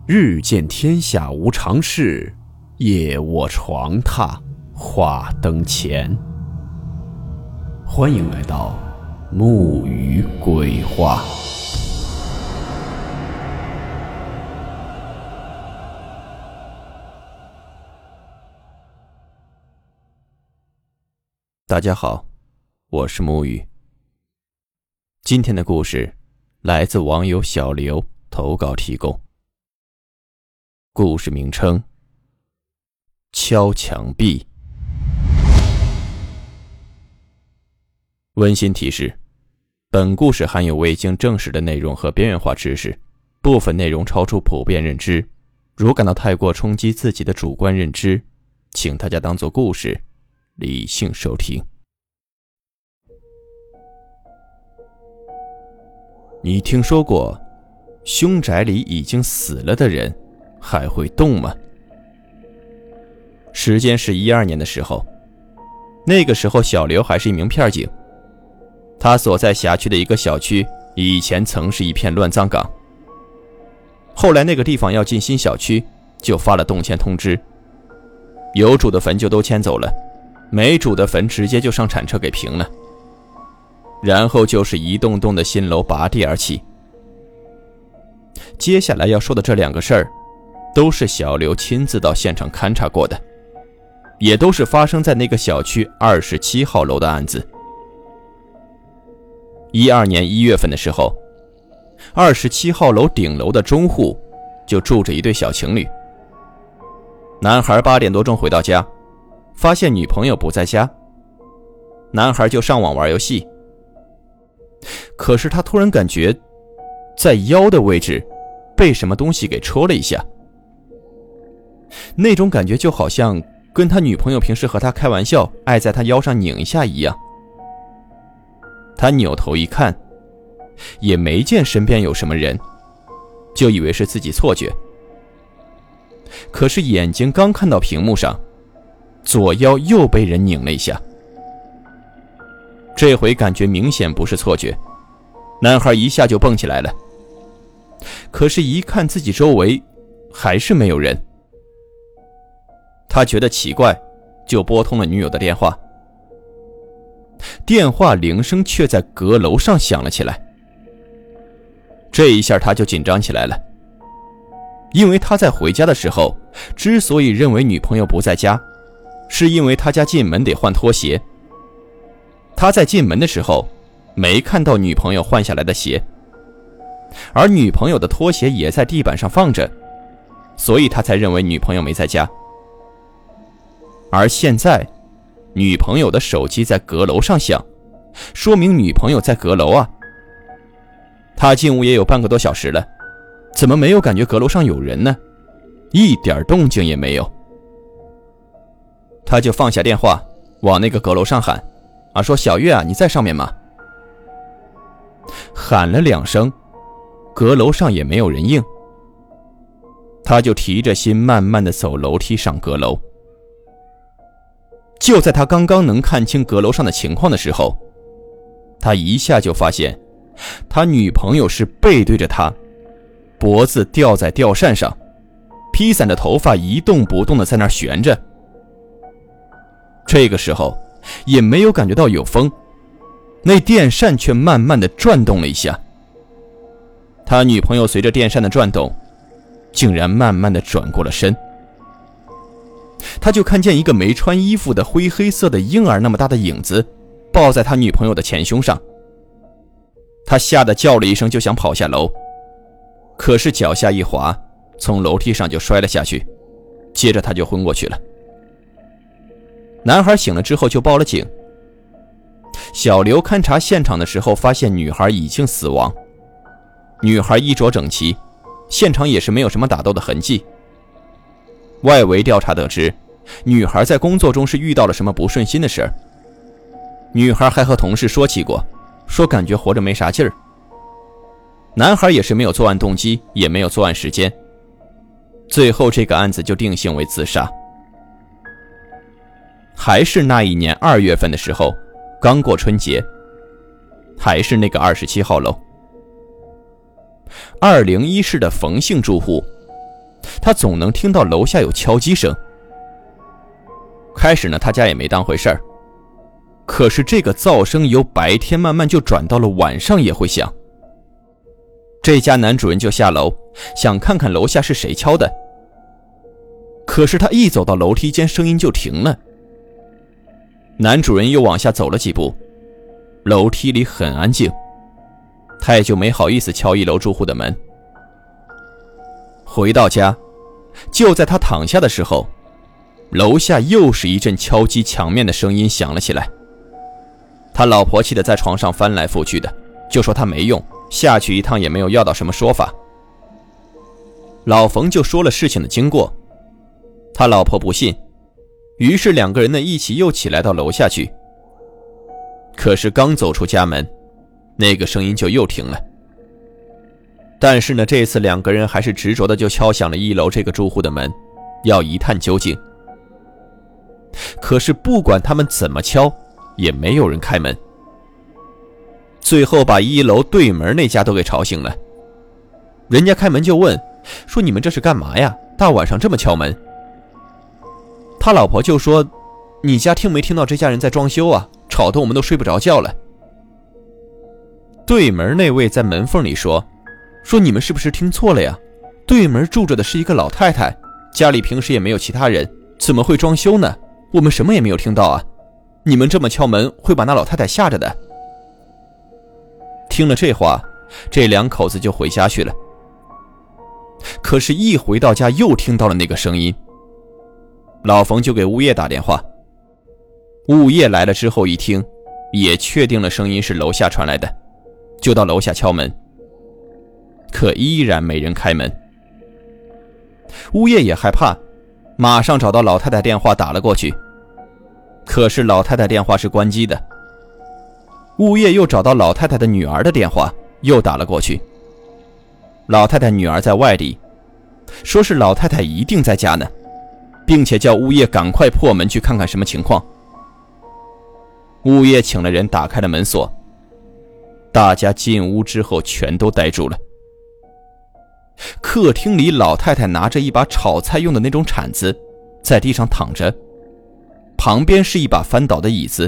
日见天下无常事，夜卧床榻话灯前。欢迎来到木鱼鬼话。大家好，我是木鱼。今天的故事来自网友小刘投稿提供。故事名称：敲墙壁。温馨提示：本故事含有未经证实的内容和边缘化知识，部分内容超出普遍认知，如感到太过冲击自己的主观认知，请大家当作故事理性收听。你听说过凶宅里已经死了的人还会动吗？时间是12年的时候，那个时候小刘还是一名片警，他所在辖区的一个小区以前曾是一片乱葬岗，后来那个地方要进新小区，就发了动迁通知，有主的坟就都迁走了，没主的坟直接就上铲车给平了，然后就是一栋栋的新楼拔地而起。接下来要说的这两个事儿都是小刘亲自到现场勘察过的，也都是发生在那个小区27号楼的案子。12年1月份的时候，27号楼顶楼的中户就住着一对小情侣。男孩8点多钟回到家，发现女朋友不在家，男孩就上网玩游戏。可是他突然感觉在腰的位置被什么东西给戳了一下，那种感觉就好像跟他女朋友平时和他开玩笑爱在他腰上拧一下一样。他扭头一看，也没见身边有什么人，就以为是自己错觉。可是眼睛刚看到屏幕上，左腰又被人拧了一下。这回感觉明显不是错觉，男孩一下就蹦起来了。可是一看自己周围还是没有人，他觉得奇怪，就拨通了女友的电话。电话铃声却在阁楼上响了起来。这一下他就紧张起来了，因为他在回家的时候之所以认为女朋友不在家，是因为他家进门得换拖鞋。他在进门的时候没看到女朋友换下来的鞋，而女朋友的拖鞋也在地板上放着，所以他才认为女朋友没在家。而现在女朋友的手机在阁楼上响，说明女朋友在阁楼啊。他进屋也有半个多小时了，怎么没有感觉阁楼上有人呢？一点动静也没有。他就放下电话往那个阁楼上喊说小月啊，你在上面吗？喊了2声，阁楼上也没有人应。他就提着心慢慢地走楼梯上阁楼。就在他刚刚能看清阁楼上的情况的时候，他一下就发现他女朋友是背对着他，脖子吊在吊扇上，披散着头发一动不动地在那儿悬着。这个时候也没有感觉到有风，那电扇却慢慢地转动了一下。他女朋友随着电扇的转动，竟然慢慢地转过了身。他就看见一个没穿衣服的灰黑色的婴儿那么大的影子抱在他女朋友的前胸上。他吓得叫了一声就想跑下楼，可是脚下一滑，从楼梯上就摔了下去，接着他就昏过去了。男孩醒了之后就报了警。小刘勘察现场的时候发现女孩已经死亡，女孩衣着整齐，现场也是没有什么打斗的痕迹。外围调查得知，女孩在工作中是遇到了什么不顺心的事儿。女孩还和同事说起过，说感觉活着没啥劲儿。男孩也是没有作案动机，也没有作案时间，最后这个案子就定性为自杀。还是那一年2月份的时候，刚过春节，还是那个27号楼。201室的冯姓住户他总能听到楼下有敲击声。开始呢，他家也没当回事儿，可是这个噪声由白天慢慢就转到了晚上也会响。这家男主人就下楼，想看看楼下是谁敲的。可是他一走到楼梯间，声音就停了。男主人又往下走了几步，楼梯里很安静，他也就没好意思敲1楼住户的门。回到家，就在他躺下的时候，楼下又是一阵敲击墙面的声音响了起来。他老婆气得在床上翻来覆去的，就说他没用，下去一趟也没有要到什么说法。老冯就说了事情的经过，他老婆不信，于是2个人呢一起又起来到楼下去。可是刚走出家门，那个声音就又停了。但是呢，这次2个人还是执着的就敲响了1楼这个住户的门，要一探究竟。可是不管他们怎么敲，也没有人开门。最后把1楼对门那家都给吵醒了。人家开门就问，说你们这是干嘛呀？大晚上这么敲门。他老婆就说，你家听没听到这家人在装修啊？吵得我们都睡不着觉了。对门那位在门缝里说你们是不是听错了呀？对门住着的是一个老太太，家里平时也没有其他人，怎么会装修呢？我们什么也没有听到啊！你们这么敲门会把那老太太吓着的。听了这话，这2口子就回家去了。可是一回到家又听到了那个声音，老冯就给物业打电话。物业来了之后一听，也确定了声音是楼下传来的，就到楼下敲门，可依然没人开门。物业也害怕，马上找到老太太电话打了过去，可是老太太电话是关机的。物业又找到老太太的女儿的电话，又打了过去。老太太女儿在外地，说是老太太一定在家呢，并且叫物业赶快破门去看看什么情况。物业请了人打开了门锁，大家进屋之后全都呆住了。客厅里老太太拿着一把炒菜用的那种铲子，在地上躺着，旁边是一把翻倒的椅子。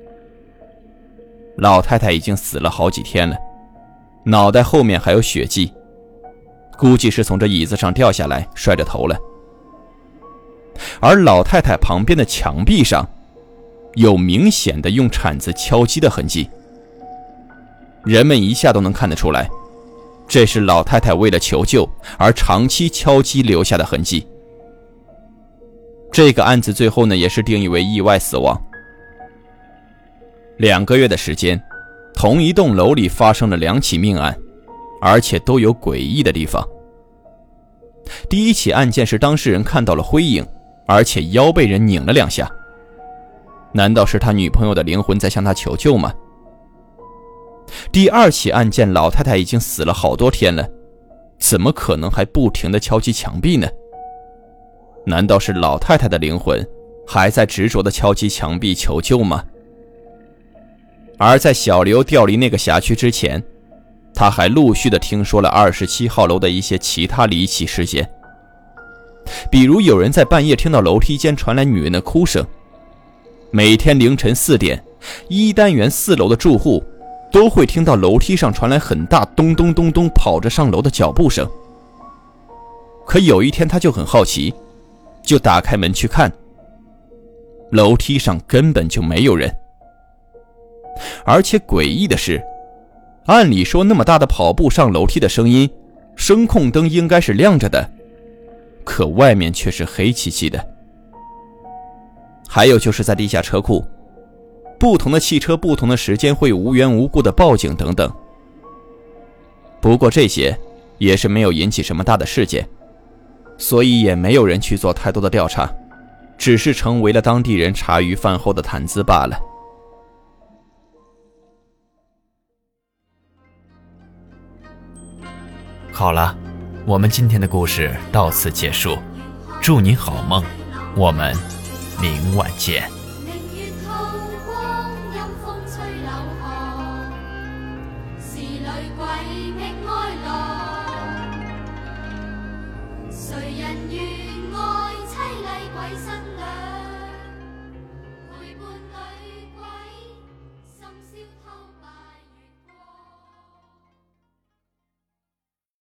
老太太已经死了好几天了，脑袋后面还有血迹，估计是从这椅子上掉下来摔着头了。而老太太旁边的墙壁上有明显的用铲子敲击的痕迹，人们一下都能看得出来，这是老太太为了求救而长期敲击留下的痕迹。这个案子最后呢，也是定义为意外死亡。2个月的时间，同一栋楼里发生了2起命案，而且都有诡异的地方。第一起案件是当事人看到了灰影，而且腰被人拧了2下。难道是他女朋友的灵魂在向他求救吗？第2起案件，老太太已经死了好多天了，怎么可能还不停地敲击墙壁呢？难道是老太太的灵魂还在执着地敲击墙壁求救吗？而在小刘调离那个辖区之前，他还陆续地听说了27号楼的一些其他离奇事件，比如有人在半夜听到楼梯间传来女人的哭声，每天凌晨4点，1单元4楼的住户都会听到楼梯上传来很大咚咚咚咚跑着上楼的脚步声。可有一天他就很好奇，就打开门去看，楼梯上根本就没有人。而且诡异的是，按理说那么大的跑步上楼梯的声音，声控灯应该是亮着的，可外面却是黑漆漆的。还有就是在地下车库，不同的汽车不同的时间会无缘无故的报警等等。不过这些也是没有引起什么大的事件，所以也没有人去做太多的调查，只是成为了当地人茶余饭后的谈资罢了。 好了，我们今天的故事到此结束，祝你好梦，我们明晚见。 是女鬼觅爱